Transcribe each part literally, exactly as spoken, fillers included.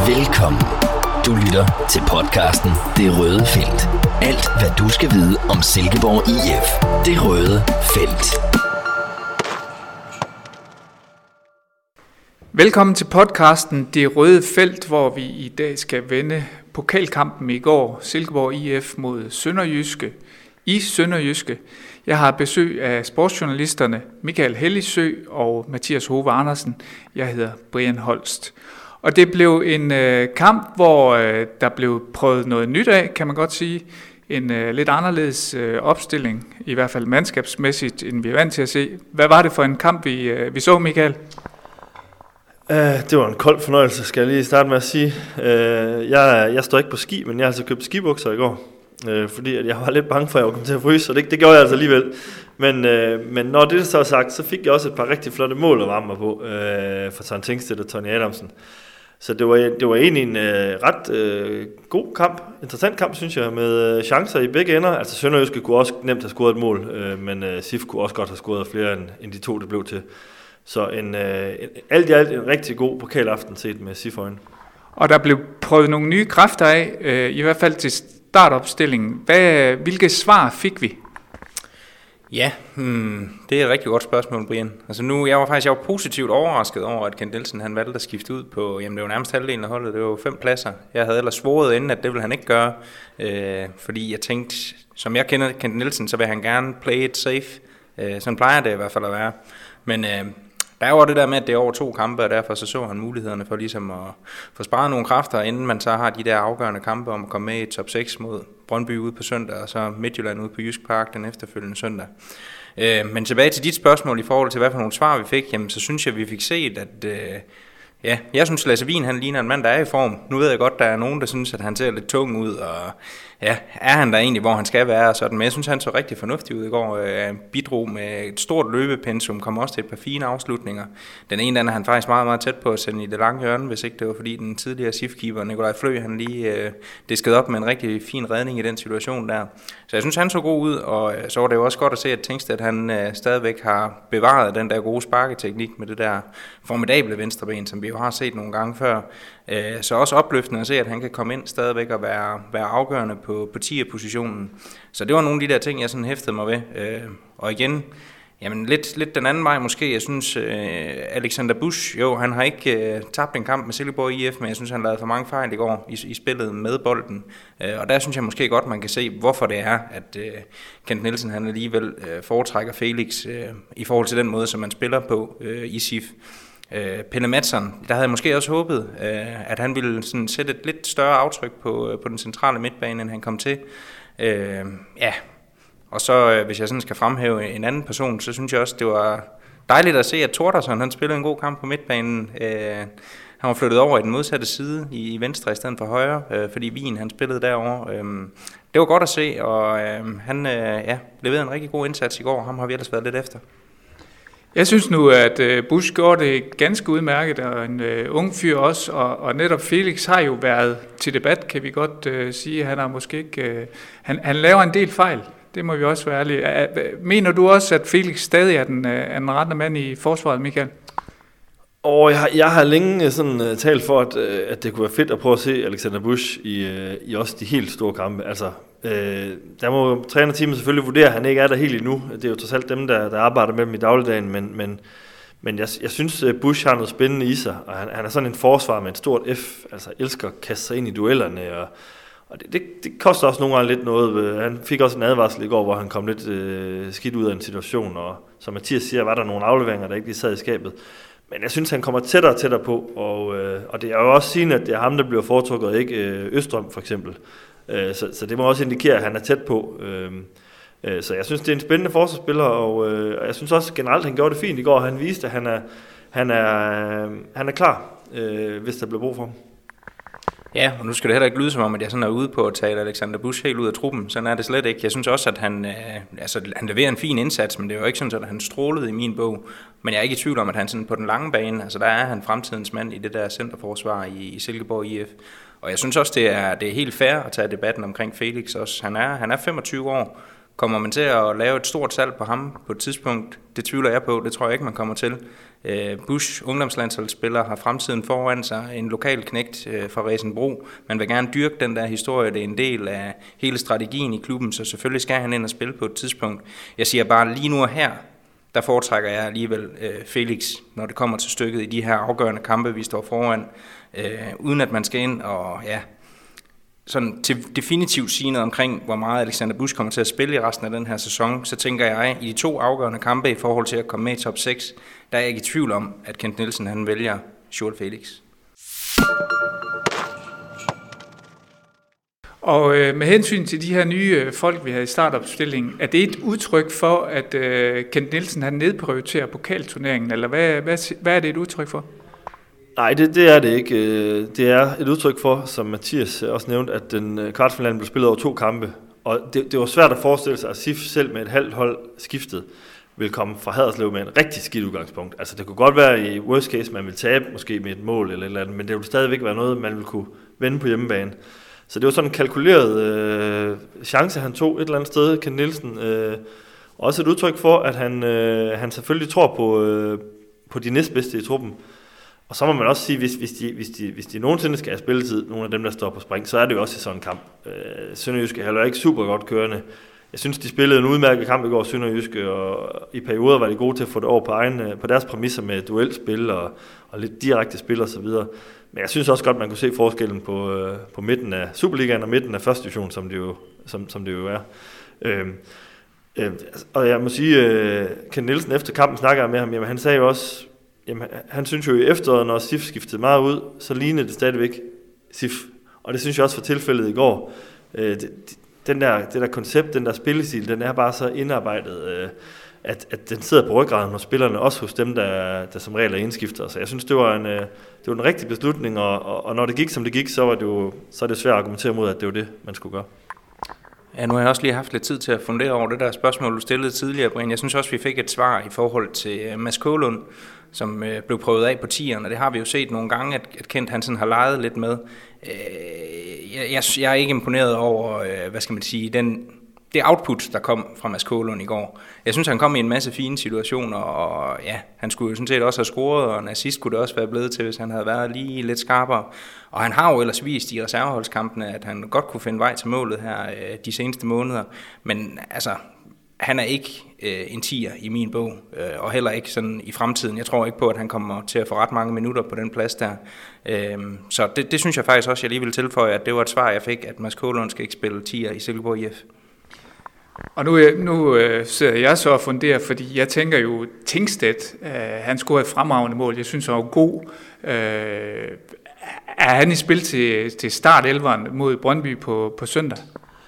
Velkommen. Du lytter til podcasten Det Røde Felt. Alt, hvad du skal vide om Silkeborg I F. Det Røde Felt. Velkommen til podcasten Det Røde Felt, hvor vi i dag skal vende pokalkampen i går. Silkeborg I F mod Sønderjyske i Sønderjyske. Jeg har besøg af sportsjournalisterne Michael Helligsø og Mathias Hove Andersen. Jeg hedder Brian Holst. Og det blev en øh, kamp, hvor øh, der blev prøvet noget nyt af, kan man godt sige. En øh, lidt anderledes øh, opstilling, i hvert fald mandskabsmæssigt, end vi er vant til at se. Hvad var det for en kamp, vi, øh, vi så, Michael? Uh, det var en kold fornøjelse, skal jeg lige starte med at sige. Uh, jeg, jeg står ikke på ski, men jeg har altså købt skibukser i går. Uh, fordi at jeg var lidt bange for, at jeg kom til at fryse, og det, det gjorde jeg altså alligevel. Men, uh, men når det så er sagt, så fik jeg også et par rigtig flotte mål at varme mig på uh, fra Søren Tingstedt og Tony Adamsen. Så det var, det var egentlig en uh, ret uh, god kamp, interessant kamp, synes jeg, med uh, chancer i begge ender. Altså Sønderjyske kunne også nemt have scoret et mål, uh, men uh, S I F kunne også godt have scoret flere end, end de to, det blev til. Så en, øh, alt i alt en rigtig god pokalaften set med S I F-øjne. Og der blev prøvet nogle nye kræfter af, øh, i hvert fald til startopstillingen. Hvad, hvilke svar fik vi? Ja, hmm, det er et rigtig godt spørgsmål, Brian. Altså nu, jeg var faktisk jeg var positivt overrasket over, at Kent Nielsen han valgte at skifte ud på, jamen det var nærmest halvdelen af holdet, det var fem pladser. Jeg havde ellers svoret inden, at det ville han ikke gøre, øh, fordi jeg tænkte, som jeg kender Kent Nielsen, så vil han gerne play it safe. Øh, sådan plejer det i hvert fald at være. Men øh, der var det der med, at det er over to kampe, og derfor så, så han mulighederne for ligesom at få sparet nogle kræfter, inden man så har de der afgørende kampe om at komme med i top seks mod Brøndby ude på søndag, og så Midtjylland ude på Jysk Park den efterfølgende søndag. Øh, men tilbage til dit spørgsmål i forhold til, hvad for nogle svar vi fik, jamen så synes jeg, vi fik set, at øh, ja, jeg synes, Lasse Wien, han ligner en mand, der er i form. Nu ved jeg godt, der er nogen, der synes, at han ser lidt tung ud, og ja, er han der egentlig, hvor han skal være, og sådan. Men jeg synes, han så rigtig fornuftig ud i går. Øh, bidrog med et stort løbepensum, kom også til et par fine afslutninger. Den ene, den er han faktisk meget, meget tæt på at sende i det lange hjørne, hvis ikke det var fordi den tidligere S I F-keeper, Nikolaj Flø, han lige øh, diskede op med en rigtig fin redning i den situation der. Så jeg synes, han så god ud, og øh, så var det jo også godt at se, at Tingstedt, han øh, stadigvæk har bevaret den der gode sparketeknik med det der formidable venstreben, som vi jo har set nogle gange før. Øh, så også opløftende at se, at han kan komme ind stadigvæk og være, være afgørende på, på tier-positionen. Så det var nogle af de der ting, jeg sådan hæftede mig ved. Øh, og igen, jamen lidt, lidt den anden vej måske. Jeg synes, øh, Alexander Busch, jo, han har ikke øh, tabt en kamp med Silkeborg I F, men jeg synes, han lavede for mange fejl i går i, i spillet med bolden. Øh, og der synes jeg måske godt, man kan se, hvorfor det er, at øh, Kent Nielsen han alligevel øh, foretrækker Felix øh, i forhold til den måde, som man spiller på øh, i S I F. Uh, Pelle Madsen, der havde jeg måske også håbet, uh, at han ville sådan sætte et lidt større aftryk på, uh, på den centrale midtbane, end han kom til. Uh, ja, og så uh, hvis jeg sådan skal fremhæve en anden person, så synes jeg også, det var dejligt at se, at Thordarson, han spillede en god kamp på midtbanen. Uh, han var flyttet over i den modsatte side i, i venstre i stedet for højre, uh, fordi Wien han spillede derovre. Uh, det var godt at se, og uh, han uh, ja, leverede en rigtig god indsats i går. Ham har vi ellers været lidt efter. Jeg synes nu, at Busch gjorde det ganske udmærket, og en uh, ung fyr også, og, og netop Felix har jo været til debat, kan vi godt uh, sige. Han har måske ikke, uh, han, han laver en del fejl, det må vi også være ærlige. Mener du også, at Felix stadig er den, uh, er den rette mand i forsvaret, Michael? Og jeg har, jeg har længe sådan uh, talt for, at, uh, at det kunne være fedt at prøve at se Alexander Busch i, uh, i også de helt store kampe. Altså, uh, der må trænerteamet selvfølgelig vurdere, at han ikke er der helt endnu. Det er jo trods alt dem, der, der arbejder med dem i dagligdagen, men, men, men jeg, jeg synes, at Busch har noget spændende i sig, og han, han er sådan en forsvar med et stort F, altså elsker at kaste sig ind i duellerne, og, og det, det, det koster også nogle gange lidt noget. Han fik også en advarsel i går, hvor han kom lidt uh, skidt ud af en situation, og som Mathias siger, var der nogle afleveringer, der ikke lige sad i skabet. Men jeg synes, han kommer tættere og tættere på, og, øh, og det er jo også sigende, at det er ham, der bliver foretrukket, ikke øh, Østrøm for eksempel. Øh, så, så det må også indikere, at han er tæt på. Øh, øh, så jeg synes, det er en spændende forsvarsspiller, og, øh, og jeg synes også generelt, at han gjorde det fint i går. Han viste, at han er, han er, han er klar, øh, hvis der bliver brug for ham. Ja, og nu skal det heller ikke lyde som om, at jeg sådan er ude på at tale Alexander Busch helt ud af truppen. Sådan er det slet ikke. Jeg synes også, at han, øh, altså, han leverer en fin indsats, men det er jo ikke sådan, at han strålede i min bog. Men jeg er ikke i tvivl om, at han sådan på den lange bane, altså der er han fremtidens mand i det der centerforsvar i, i Silkeborg I F. Og jeg synes også, det er, det er helt fair at tage debatten omkring Felix også. Han er, han er femogtyve år. Kommer man til at lave et stort salg på ham på et tidspunkt? Det tvivler jeg på. Det tror jeg ikke, man kommer til. Bush, ungdomslandsholdsspiller, har fremtiden foran sig, en lokal knægt fra Resenbro. Man vil gerne dyrke den der historie, det er en del af hele strategien i klubben, så selvfølgelig skal han ind og spille på et tidspunkt. Jeg siger bare lige nu og her, der foretrækker jeg alligevel Felix, når det kommer til stykket i de her afgørende kampe, vi står foran, uden at man skal ind og ja, sådan til definitivt sige noget omkring, hvor meget Alexander Busch kommer til at spille i resten af den her sæson, så tænker jeg, i de to afgørende kampe i forhold til at komme med i top seks, der er jeg ikke i tvivl om, at Kent Nielsen han vælger Joel Felix. Og øh, med hensyn til de her nye øh, folk, vi har i startopstillingen, er det et udtryk for, at øh, Kent Nielsen han nedprioriterer pokalturneringen, eller hvad, hvad, hvad er det et udtryk for? Nej, det, det er det ikke. Det er et udtryk for, som Mathias også nævnte, at den kvartfinalen blev spillet over to kampe. Og det, det var svært at forestille sig, at S I F selv med et halvt hold skiftet vil komme fra Haderslev med en rigtig skidt udgangspunkt. Altså det kunne godt være i worst case, man vil tabe måske med et mål eller et eller andet, men det ville stadigvæk være noget, man ville kunne vende på hjemmebane. Så det var sådan en kalkuleret øh, chance, han tog et eller andet sted, Kent Nielsen. Øh, også et udtryk for, at han, øh, han selvfølgelig tror på, øh, på de næstbedste i truppen. Og så må man også sige, hvis, hvis, de, hvis, de, hvis de nogensinde skal have spilletid, nogle af dem, der står på spring, så er det jo også i sådan en kamp. Øh, Sønderjyske er heller ikke super godt kørende. Jeg synes, de spillede en udmærket kamp i går, Sønderjyske, og i perioder var de gode til at få det over på, egen, på deres præmisser med duelspil og, og lidt direkte spil og så videre. Men jeg synes også godt, man kunne se forskellen på, på midten af Superligaen og midten af første division, som det jo, som, som det jo er. Øh, øh, og jeg må sige, øh, Kent Nielsen efter kampen snakker jeg med ham, jamen han sagde jo også, jamen, han synes jo i efteråret, når S I F skiftede meget ud, så lignede det stadigvæk S I F. Og det synes jeg også var tilfældet i går. Øh, det, den der, det der koncept, den der spillestil, den er bare så indarbejdet, øh, at, at den sidder på ryggraden hos spillerne, også hos dem, der, der som regel er indskifter. Så jeg synes, det var en, øh, det var en rigtig beslutning, og, og, og når det gik, som det gik, så var det jo så er det svært at argumentere mod, at det var det, man skulle gøre. Ja, nu har jeg også lige haft lidt tid til at fundere over det der spørgsmål, du stillede tidligere, Brian. Jeg synes også, vi fik et svar i forhold til Mads Kålund, som øh, blev prøvet af på tieren, og det har vi jo set nogle gange, at, at Kent Hansen har leget lidt med. Øh, jeg, jeg, jeg er ikke imponeret over, øh, hvad skal man sige, den, det output, der kom fra Mads Kålund i går. Jeg synes, han kom i en masse fine situationer, og ja, han skulle jo sådan set også have scoret, og en assist kunne det også være blevet til, hvis han havde været lige lidt skarpere. Og han har jo ellers vist i reserveholdskampene, at han godt kunne finde vej til målet her øh, de seneste måneder, men altså, han er ikke øh, en tier i min bog, øh, og heller ikke sådan i fremtiden. Jeg tror ikke på, at han kommer til at få ret mange minutter på den plads der. Øh, så det, det synes jeg faktisk også, jeg lige vil tilføje, at det var et svar, jeg fik, at Mads Kålund skal ikke spille tier i Silkeborg I F. Og nu, nu øh, sidder jeg så og funderer, fordi jeg tænker jo, Tingstedt, øh, han scorede et fremragende mål. Jeg synes, han var god. Øh, er han i spil til, til start-elveren mod Brøndby på, på søndag?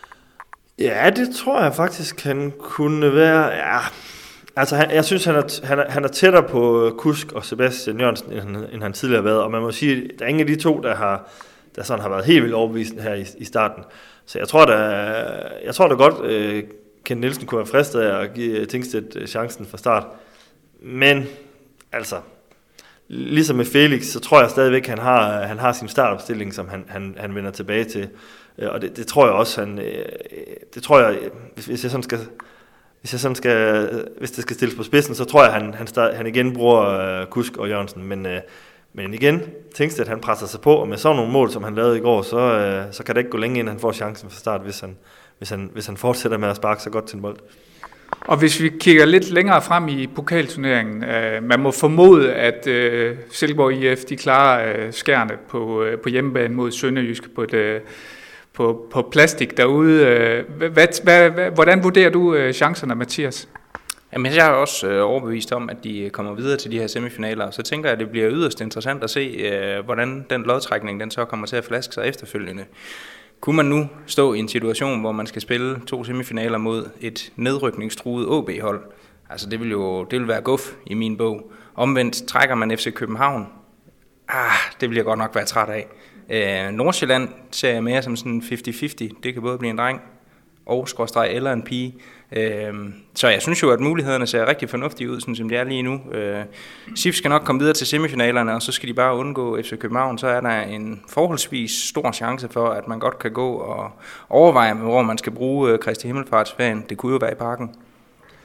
Ja, det tror jeg faktisk, han kunne være. Ja, altså han, jeg synes, han er, han, er, han er tættere på Kusk og Sebastian Jørgensen, end han, end han tidligere har været. Og man må sige, der er ingen af de to, der har, der sådan har været helt vildt overbevisende her i, i starten. Så jeg tror da, jeg tror da godt, uh, Kent Nielsen kunne være fristet af at give Tingstedt chancen fra start. Men altså, ligesom med Felix, så tror jeg stadigvæk, han har han har sin startopstilling, som han han han vender tilbage til. Og det, det tror jeg også, han, det tror jeg, hvis, hvis jeg sådan skal, hvis jeg sådan skal, hvis det skal stilles på spidsen, så tror jeg, han han, start, han igen bruger uh, Kusk og Jørgensen. Men uh, men igen, Tingstedt, han presser sig på, og med sådan nogle mål, som han lavede i går, så uh, så kan det ikke gå længe, inden han får chancen fra start, hvis han hvis han hvis han fortsætter med at sparke så godt til en bold. Og hvis vi kigger lidt længere frem i pokalturneringen, øh, man må formode, at øh, Silkeborg I F de klarer øh, skærene på, øh, på hjemmebane mod Sønderjysk på, det, på, på plastik derude. Hvad, hvad, hvad, hvordan vurderer du øh, chancerne, Mathias? Jamen, jeg er også øh, overbevist om, at de kommer videre til de her semifinaler, og så tænker jeg, at det bliver yderst interessant at se, øh, hvordan den lodtrækning den så kommer til at flaske sig efterfølgende. Kunne man nu stå i en situation, hvor man skal spille to semifinaler mod et nedrykningstruet O B-hold? Altså det vil jo det vil være guf i min bog. Omvendt trækker man F C København. Ah, det vil jeg godt nok være træt af. Øh, Nordsjælland ser jeg mere som sådan halvtreds halvtreds. Det kan både blive en dreng og skråstreg eller en pige. Øh, så jeg synes jo, at mulighederne ser rigtig fornuftige ud, sådan som de er lige nu. Øh, S I F skal nok komme videre til semifinalerne, og så skal de bare undgå F C København. Så er der en forholdsvis stor chance for, at man godt kan gå og overveje, hvor man skal bruge Kristi Himmelfartsferien. Det kunne jo være i Parken.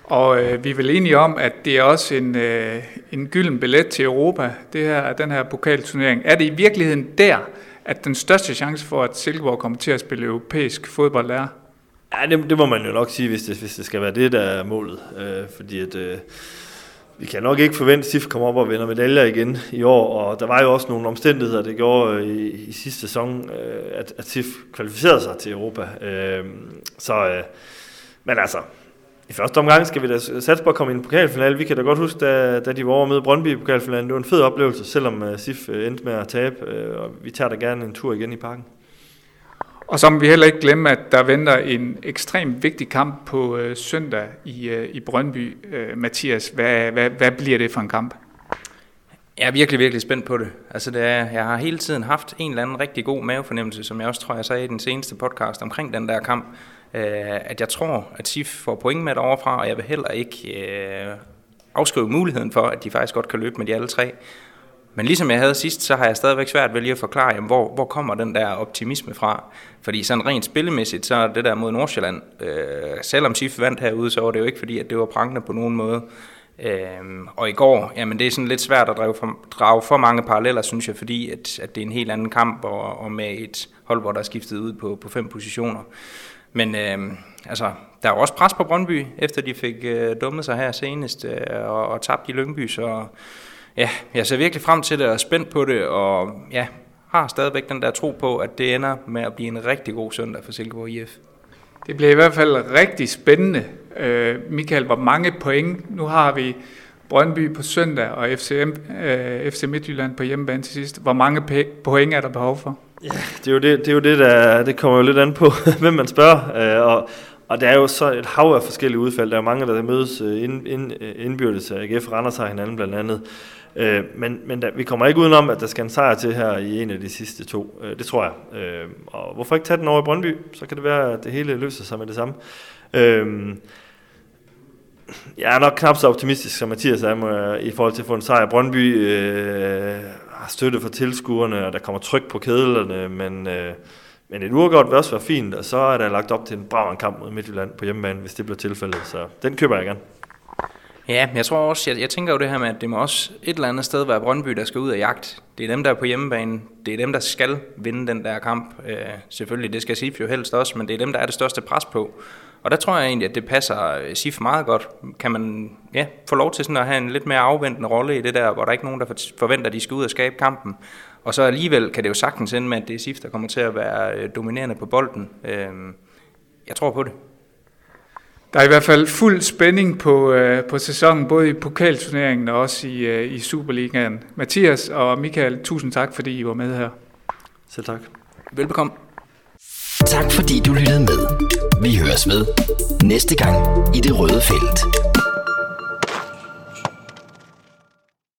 Og øh, vi er vel enige om, at det er også en, øh, en gylden billet til Europa, det her, den her pokalturnering. Er det i virkeligheden der, at den største chance for, at Silkeborg kommer til at spille europæisk fodbold er? Ja, det, det må man jo nok sige, hvis det, hvis det skal være det, der er målet. Øh, fordi at, øh, vi kan nok ikke forvente, at S I F kommer op og vinder medaljer igen i år, og der var jo også nogle omstændigheder, det gjorde i, i sidste sæson, øh, at, at S I F kvalificerede sig til Europa. Øh, så, øh, men altså, i første omgang skal vi da satse på at komme i en pokalfinale. Vi kan da godt huske, da, da de var over med Brøndby i pokalfinalen. Det var en fed oplevelse, selvom uh, S I F endte med at tabe, uh, og vi tager da gerne en tur igen i parken. Og så må vi heller ikke glemme, at der venter en ekstremt vigtig kamp på uh, søndag i, uh, i Brøndby. Uh, Mathias, hvad, hvad, hvad bliver det for en kamp? Jeg er virkelig, virkelig spændt på det. Altså, det er, jeg har hele tiden haft en eller anden rigtig god mavefornemmelse, som jeg også tror, jeg sagde i den seneste podcast omkring den der kamp, at jeg tror, at S I F får point med deroverfra, og jeg vil heller ikke øh, afskrive muligheden for, at de faktisk godt kan løbe med de alle tre. Men ligesom jeg havde sidst, så har jeg stadigvæk svært ved lige at forklare, jamen, hvor, hvor kommer den der optimisme fra. Fordi sådan rent spillemæssigt, så er det der mod Nordsjælland, øh, selvom S I F vandt herude, så var det jo ikke fordi, at det var prangende på nogen måde. Øh, og i går, jamen det er sådan lidt svært at drage for, drage for mange paralleller, synes jeg, fordi at, at det er en helt anden kamp, og, og med et hold, hvor der er skiftet ud på, på fem positioner. Men øh, altså, der er også pres på Brøndby, efter de fik øh, dummet sig her senest øh, og, og tabt i Lyngby. Så ja, jeg ser virkelig frem til det og er spændt på det, og ja, har stadigvæk den der tro på, at det ender med at blive en rigtig god søndag for Silkeborg I F. Det bliver i hvert fald rigtig spændende. Øh, Michael, hvor mange point? Nu har vi Brøndby på søndag og F C, M, øh, F C Midtjylland på hjemmebane til sidst. Hvor mange point er der behov for? Ja, det er jo det, det, er jo det der, det kommer jo lidt an på, hvem man spørger, og, og der er jo så et hav af forskellige udfald. Der er mange, der mødes ind, ind, indbyrdes. A G F Randers har hinanden blandt andet. Men, men der, vi kommer ikke udenom, at der skal en sejr til her i en af de sidste to. Det tror jeg. Og hvorfor ikke tage den over i Brøndby? Så kan det være, at det hele løser sig med det samme. Jeg er nok knap så optimistisk som Mathias er i forhold til at få en sejr. Brøndby øh, har støtte for tilskuerne, og der kommer tryk på kedlerne, men, øh, men et uafgjort vil også være fint, og så er der lagt op til en brav kamp mod Midtjylland på hjemmebane, hvis det bliver tilfældet, så den køber jeg gerne. Ja, jeg tror også, jeg, jeg tænker jo det her med, at det må også et eller andet sted være Brøndby, der skal ud af jagt. Det er dem, der er på hjemmebane. Det er dem, der skal vinde den der kamp. Øh, selvfølgelig, det skal S I F jo helst også, men det er dem, der er det største pres på. Og der tror jeg egentlig, at det passer S I F meget godt. Kan man ja, få lov til sådan at have en lidt mere afventende rolle i det der, hvor der ikke er nogen, der forventer, at de skal ud og skabe kampen. Og så alligevel kan det jo sagtens ende med, at det er S I F, der kommer til at være dominerende på bolden. Øh, jeg tror på det. Der er i hvert fald fuld spænding på, øh, på sæsonen, både i pokalturneringen og også i, øh, i Superligaen. Mathias og Michael, tusind tak, fordi I var med her. Selv tak. Velbekomme. Tak fordi du lyttede med. Vi høres ved næste gang i Det Røde Felt.